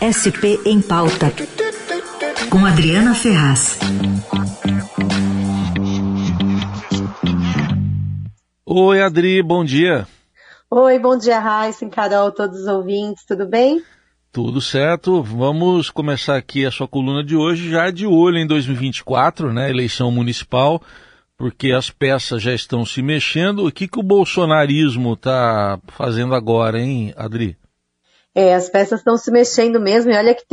SP em Pauta, com Adriana Ferraz. Oi, Adri, bom dia. Oi, bom dia, Raíssa, Carol, todos os ouvintes, tudo bem? Tudo certo. Vamos começar aqui a sua coluna de hoje já de olho em 2024, né, eleição municipal, porque as peças já estão se mexendo. O que o bolsonarismo está fazendo agora, hein, Adri? As peças estão se mexendo mesmo, e olha que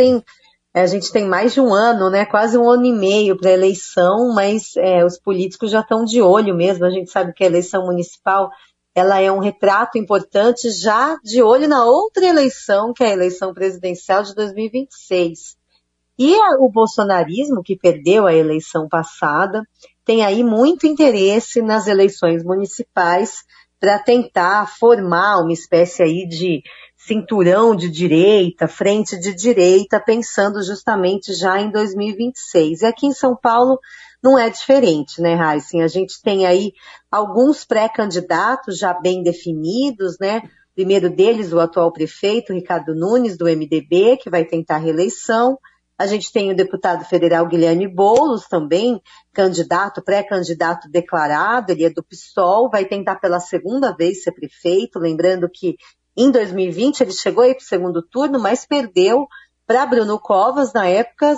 a gente tem mais de um ano, né, quase um ano e meio para a eleição, mas os políticos já estão de olho mesmo. A gente sabe que a eleição municipal, ela é um retrato importante já de olho na outra eleição, que é a eleição presidencial de 2026. E o bolsonarismo, que perdeu a eleição passada, tem aí muito interesse nas eleições municipais para tentar formar uma espécie aí de cinturão de direita, frente de direita, pensando justamente já em 2026. E aqui em São Paulo não é diferente, né, Raíssa? A gente tem aí alguns pré-candidatos já bem definidos, né? Primeiro deles, o atual prefeito, Ricardo Nunes, do MDB, que vai tentar a reeleição. A gente tem o deputado federal Guilherme Boulos, também candidato, pré-candidato declarado, ele é do PSOL, vai tentar pela segunda vez ser prefeito, lembrando que em 2020 ele chegou aí para o segundo turno, mas perdeu para Bruno Covas na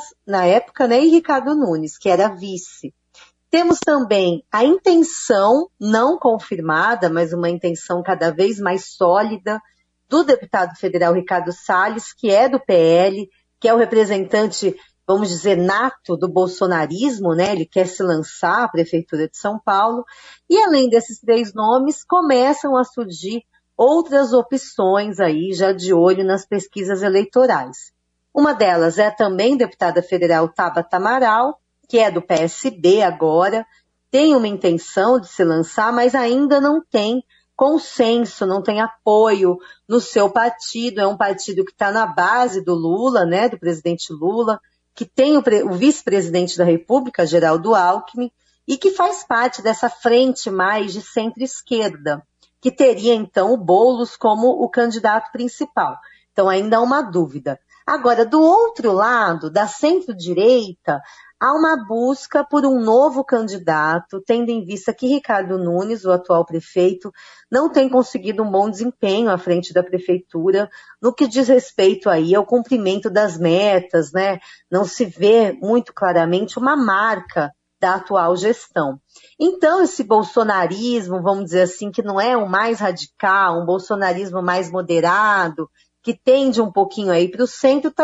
época, né, e Ricardo Nunes, que era vice. Temos também a intenção, não confirmada, mas uma intenção cada vez mais sólida, do deputado federal Ricardo Salles, que é do PL, que é o representante, vamos dizer, nato do bolsonarismo, né? Ele quer se lançar à Prefeitura de São Paulo. E além desses três nomes, começam a surgir outras opções aí, já de olho nas pesquisas eleitorais. Uma delas é também a deputada federal Tabata Amaral, que é do PSB agora, tem uma intenção de se lançar, mas ainda não tem consenso, não tem apoio no seu partido. É um partido que está na base do Lula, né, do presidente Lula, que tem o vice-presidente da República, Geraldo Alckmin, e que faz parte dessa frente mais de centro-esquerda, que teria, então, o Boulos como o candidato principal. Então, ainda há uma dúvida. Agora, do outro lado, da centro-direita, há uma busca por um novo candidato, tendo em vista que Ricardo Nunes, o atual prefeito, não tem conseguido um bom desempenho à frente da prefeitura no que diz respeito aí ao cumprimento das metas, né? Não se vê muito claramente uma marca da atual gestão. Então, esse bolsonarismo, vamos dizer assim, que não é o mais radical, um bolsonarismo mais moderado, que tende um pouquinho aí para o centro, está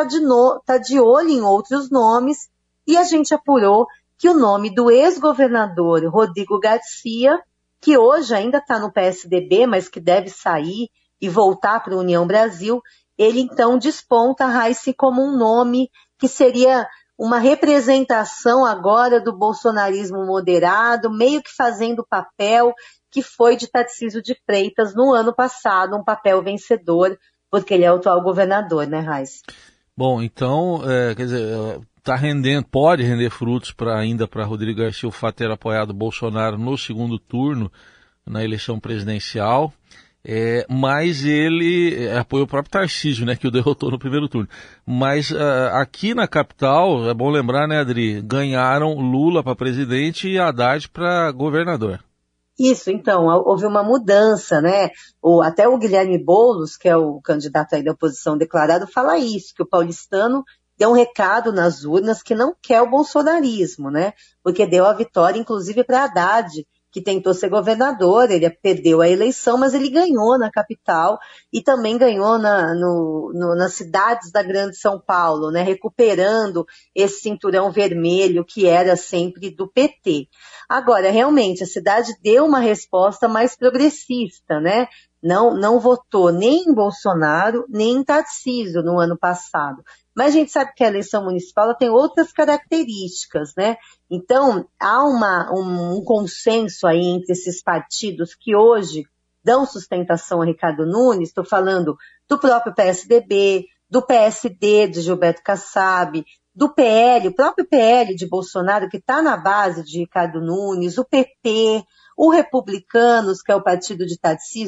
de olho em outros nomes, e a gente apurou que o nome do ex-governador Rodrigo Garcia, que hoje ainda está no PSDB, mas que deve sair e voltar para a União Brasil, ele então desponta, Raíssa, como um nome que seria uma representação agora do bolsonarismo moderado, meio que fazendo o papel que foi de Tarcísio de Freitas no ano passado, um papel vencedor, porque ele é o atual governador, né, Raíssa? Bom, então, quer dizer, pode render frutos ainda para Rodrigo Garcia o fato de ter apoiado Bolsonaro no segundo turno, na eleição presidencial. Mas ele apoiou o próprio Tarcísio, né, que o derrotou no primeiro turno. Mas aqui na capital, é bom lembrar, né, Adri, ganharam Lula para presidente e Haddad para governador. Isso, então, houve uma mudança, né? Até o Guilherme Boulos, que é o candidato aí da oposição declarado, fala isso, que o paulistano deu um recado nas urnas que não quer o bolsonarismo, né? Porque deu a vitória, inclusive, para Haddad, que tentou ser governador. Ele perdeu a eleição, mas ele ganhou na capital e também ganhou nas cidades da Grande São Paulo, né, recuperando esse cinturão vermelho que era sempre do PT. Agora, realmente, a cidade deu uma resposta mais progressista, né? Não votou nem em Bolsonaro, nem em Tarcísio no ano passado. Mas a gente sabe que a eleição municipal ela tem outras características, né? Então, há um consenso aí entre esses partidos que hoje dão sustentação a Ricardo Nunes. Estou falando do próprio PSDB, do PSD de Gilberto Kassab, do PL, o próprio PL de Bolsonaro, que está na base de Ricardo Nunes, o PP, o Republicanos, que é o partido de Tarcísio.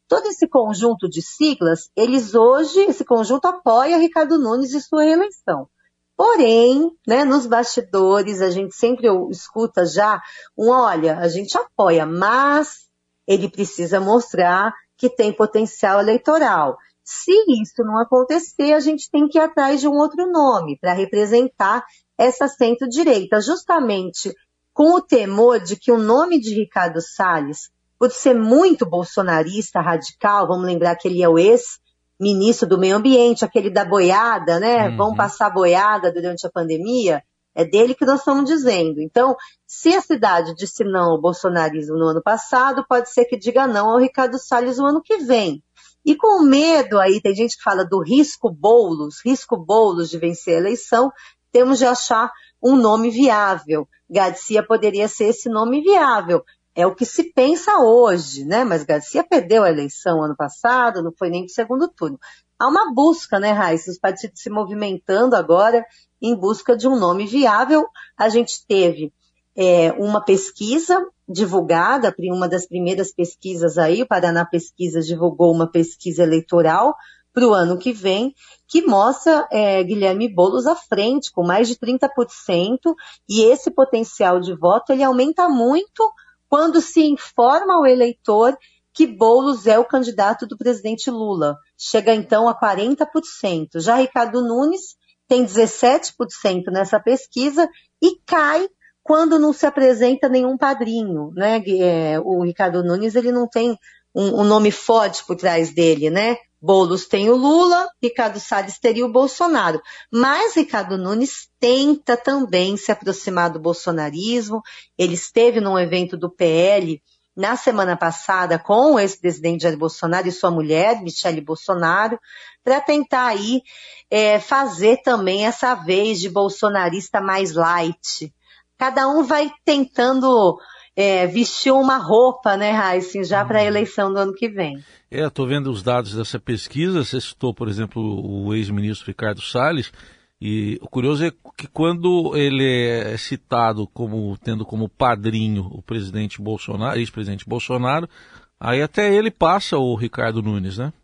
Todo esse conjunto de siglas, esse conjunto apoia Ricardo Nunes e sua reeleição. Porém, né, nos bastidores, a gente sempre escuta já olha, a gente apoia, mas ele precisa mostrar que tem potencial eleitoral. Se isso não acontecer, a gente tem que ir atrás de um outro nome para representar essa centro-direita, justamente com o temor de que o nome de Ricardo Salles, por ser muito bolsonarista, radical, vamos lembrar que ele é o ex-ministro do Meio Ambiente, aquele da boiada, né? Vão passar boiada durante a pandemia, é dele que nós estamos dizendo. Então, se a cidade disse não ao bolsonarismo no ano passado, pode ser que diga não ao Ricardo Salles no ano que vem. E com medo aí, tem gente que fala do risco Boulos de vencer a eleição, temos de achar um nome viável. Garcia poderia ser esse nome viável. É o que se pensa hoje, né? Mas Garcia perdeu a eleição ano passado, não foi nem para o segundo turno. Há uma busca, né, Raíssa? Os partidos se movimentando agora em busca de um nome viável. A gente teve uma pesquisa divulgada, uma das primeiras pesquisas aí, o Paraná Pesquisas divulgou uma pesquisa eleitoral para o ano que vem, que mostra Guilherme Boulos à frente, com mais de 30%, e esse potencial de voto ele aumenta muito quando se informa ao eleitor que Boulos é o candidato do presidente Lula. Chega então a 40%. Já Ricardo Nunes tem 17% nessa pesquisa e cai quando não se apresenta nenhum padrinho, né? O Ricardo Nunes ele não tem um nome forte por trás dele, né? Boulos tem o Lula, Ricardo Salles teria o Bolsonaro. Mas Ricardo Nunes tenta também se aproximar do bolsonarismo. Ele esteve num evento do PL na semana passada com o ex-presidente Jair Bolsonaro e sua mulher, Michele Bolsonaro, para tentar aí fazer também essa vez de bolsonarista mais light. Cada um vai tentando vestir uma roupa, né, Raíssa, já para a eleição do ano que vem. Estou vendo os dados dessa pesquisa. Você citou, por exemplo, o ex-ministro Ricardo Salles, e o curioso é que quando ele é citado como tendo como padrinho o presidente Bolsonaro, ex-presidente Bolsonaro, aí até ele passa o Ricardo Nunes, né?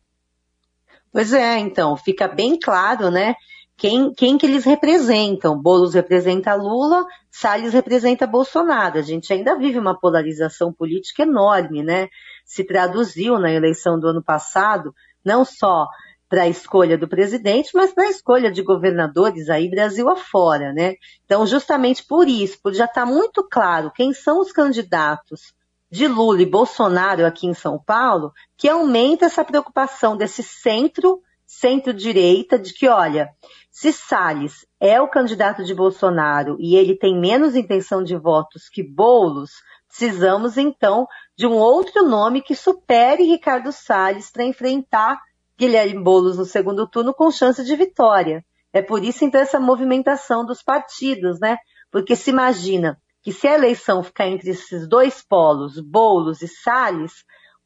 Pois é, então, fica bem claro, né, quem que eles representam. Boulos representa Lula, Salles representa Bolsonaro. A gente ainda vive uma polarização política enorme, né? Se traduziu na eleição do ano passado, não só para a escolha do presidente, mas para a escolha de governadores aí Brasil afora, né? Então, justamente por isso, por já estar muito claro quem são os candidatos de Lula e Bolsonaro aqui em São Paulo, que aumenta essa preocupação desse centro-direita, de que, olha, se Salles é o candidato de Bolsonaro e ele tem menos intenção de votos que Boulos, precisamos, então, de um outro nome que supere Ricardo Salles para enfrentar Guilherme Boulos no segundo turno com chance de vitória. É por isso, então, essa movimentação dos partidos, né? Porque se imagina que se a eleição ficar entre esses dois polos, Boulos e Salles,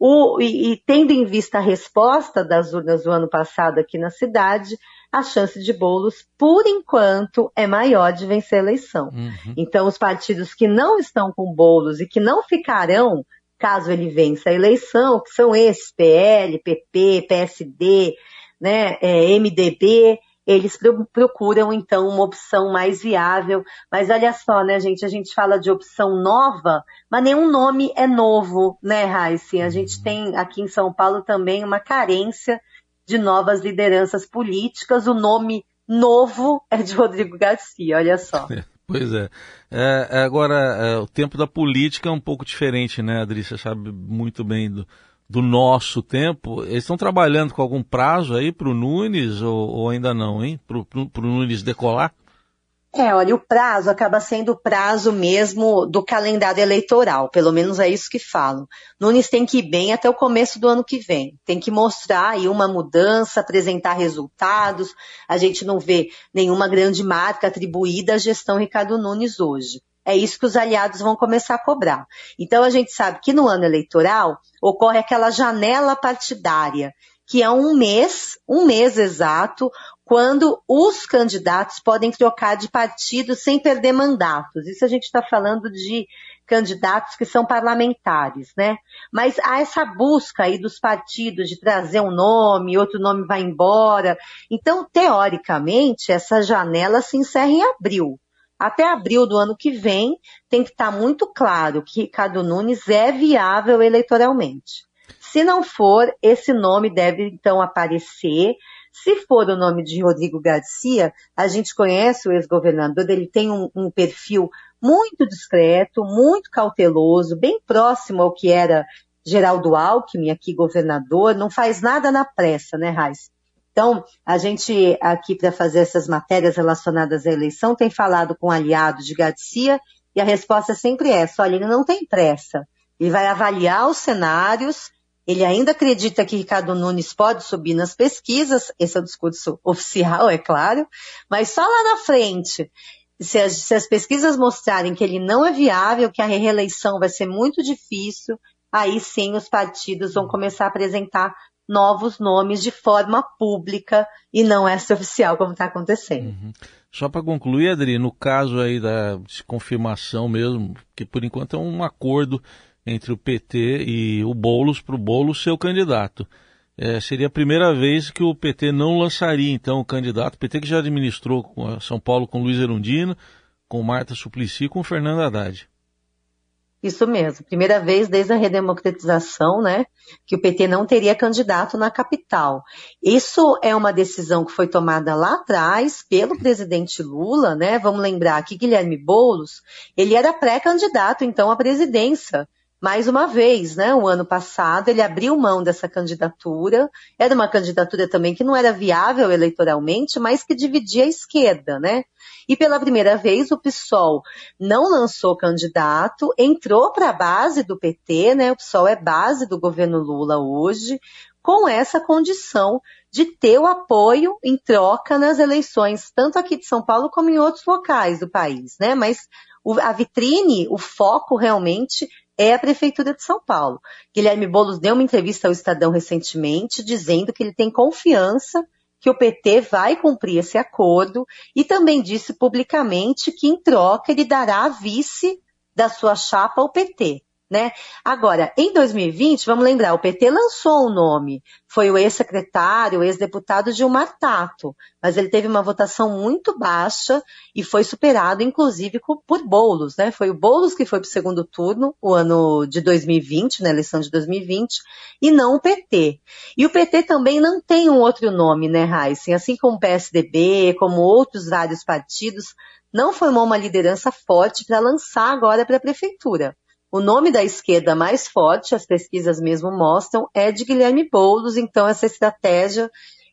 e tendo em vista a resposta das urnas do ano passado aqui na cidade, a chance de Boulos, por enquanto, é maior de vencer a eleição. Então, os partidos que não estão com Boulos e que não ficarão, caso ele vença a eleição, que são esses, PL, PP, PSD, né, MDB, eles procuram, então, uma opção mais viável. Mas olha só, né, gente, a gente fala de opção nova, mas nenhum nome é novo, né, Raíssa? A gente tem aqui em São Paulo também uma carência de novas lideranças políticas. O nome novo é de Rodrigo Garcia, olha só. Pois é. Agora, o tempo da política é um pouco diferente, né, Adri? Você sabe muito bem do nosso tempo. Eles estão trabalhando com algum prazo aí para o Nunes ou ainda não, hein? Para o Nunes decolar? Olha, o prazo acaba sendo o prazo mesmo do calendário eleitoral, pelo menos é isso que falam. Nunes tem que ir bem até o começo do ano que vem, tem que mostrar aí uma mudança, apresentar resultados. A gente não vê nenhuma grande marca atribuída à gestão Ricardo Nunes hoje. É isso que os aliados vão começar a cobrar. Então a gente sabe que no ano eleitoral ocorre aquela janela partidária, que é um mês exato, quando os candidatos podem trocar de partido sem perder mandatos. Isso a gente está falando de candidatos que são parlamentares, né? Mas há essa busca aí dos partidos de trazer um nome, outro nome vai embora. Então, teoricamente, essa janela se encerra em abril. Até abril do ano que vem, tem que estar muito claro que Ricardo Nunes é viável eleitoralmente. Se não for, esse nome deve então aparecer. Se for o nome de Rodrigo Garcia, a gente conhece o ex-governador, ele tem um perfil muito discreto, muito cauteloso, bem próximo ao que era Geraldo Alckmin, aqui governador, não faz nada na pressa, né, Raíssa? Então, a gente aqui para fazer essas matérias relacionadas à eleição tem falado com aliados de Garcia e a resposta é sempre essa, olha, ele não tem pressa, ele vai avaliar os cenários, ele ainda acredita que Ricardo Nunes pode subir nas pesquisas, esse é o discurso oficial, é claro, mas só lá na frente, se as pesquisas mostrarem que ele não é viável, que a reeleição vai ser muito difícil, aí sim os partidos vão começar a apresentar novos nomes de forma pública e não extraoficial, como está acontecendo. Uhum. Só para concluir, Adri, no caso aí da confirmação mesmo, que por enquanto é um acordo entre o PT e o Boulos para o Boulos ser o candidato. Seria a primeira vez que o PT não lançaria, então, o candidato. O PT que já administrou São Paulo com Luiz Erundina, com Marta Suplicy e com Fernando Haddad. Isso mesmo, primeira vez desde a redemocratização, né, que o PT não teria candidato na capital. Isso é uma decisão que foi tomada lá atrás pelo presidente Lula, né, vamos lembrar que Guilherme Boulos, ele era pré-candidato, então, à presidência. Mais uma vez, né, o ano passado ele abriu mão dessa candidatura, era uma candidatura também que não era viável eleitoralmente, mas que dividia a esquerda, né? E pela primeira vez o PSOL não lançou candidato, entrou para a base do PT, né? O PSOL é base do governo Lula hoje, com essa condição de ter o apoio em troca nas eleições, tanto aqui de São Paulo como em outros locais do país, né? Mas a vitrine, o foco realmente é a Prefeitura de São Paulo. Guilherme Boulos deu uma entrevista ao Estadão recentemente, dizendo que ele tem confiança que o PT vai cumprir esse acordo e também disse publicamente que, em troca, ele dará a vice da sua chapa ao PT. Né? Agora, em 2020, vamos lembrar, o PT lançou um nome, foi o ex-secretário, o ex-deputado Gilmar Tato, mas ele teve uma votação muito baixa e foi superado, inclusive, por Boulos, né? Foi o Boulos que foi para o segundo turno, o ano de 2020, na eleição de 2020, e não o PT. E o PT também não tem um outro nome, né, Raíssen? Assim como o PSDB, como outros vários partidos, não formou uma liderança forte para lançar agora para a prefeitura. O nome da esquerda mais forte, as pesquisas mesmo mostram, é de Guilherme Boulos, então essa estratégia,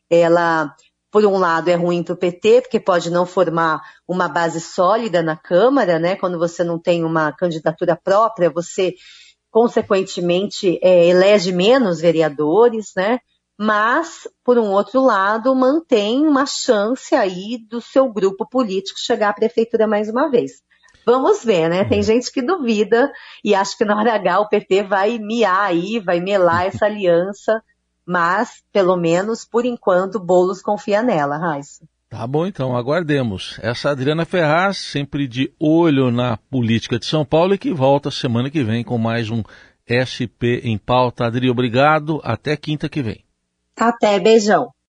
ela, por um lado, é ruim para o PT, porque pode não formar uma base sólida na Câmara, né? Quando você não tem uma candidatura própria, você, consequentemente, elege menos vereadores, né? Mas, por um outro lado, mantém uma chance aí do seu grupo político chegar à prefeitura mais uma vez. Vamos ver, né? Tem gente que duvida e acha que na hora H o PT vai miar aí, vai melar essa aliança, mas, pelo menos, por enquanto, Boulos confia nela, Raíssa. Tá bom, então, aguardemos. Essa Adriana Ferraz, sempre de olho na política de São Paulo e que volta semana que vem com mais um SP em Pauta. Adri, obrigado. Até quinta que vem. Até, beijão.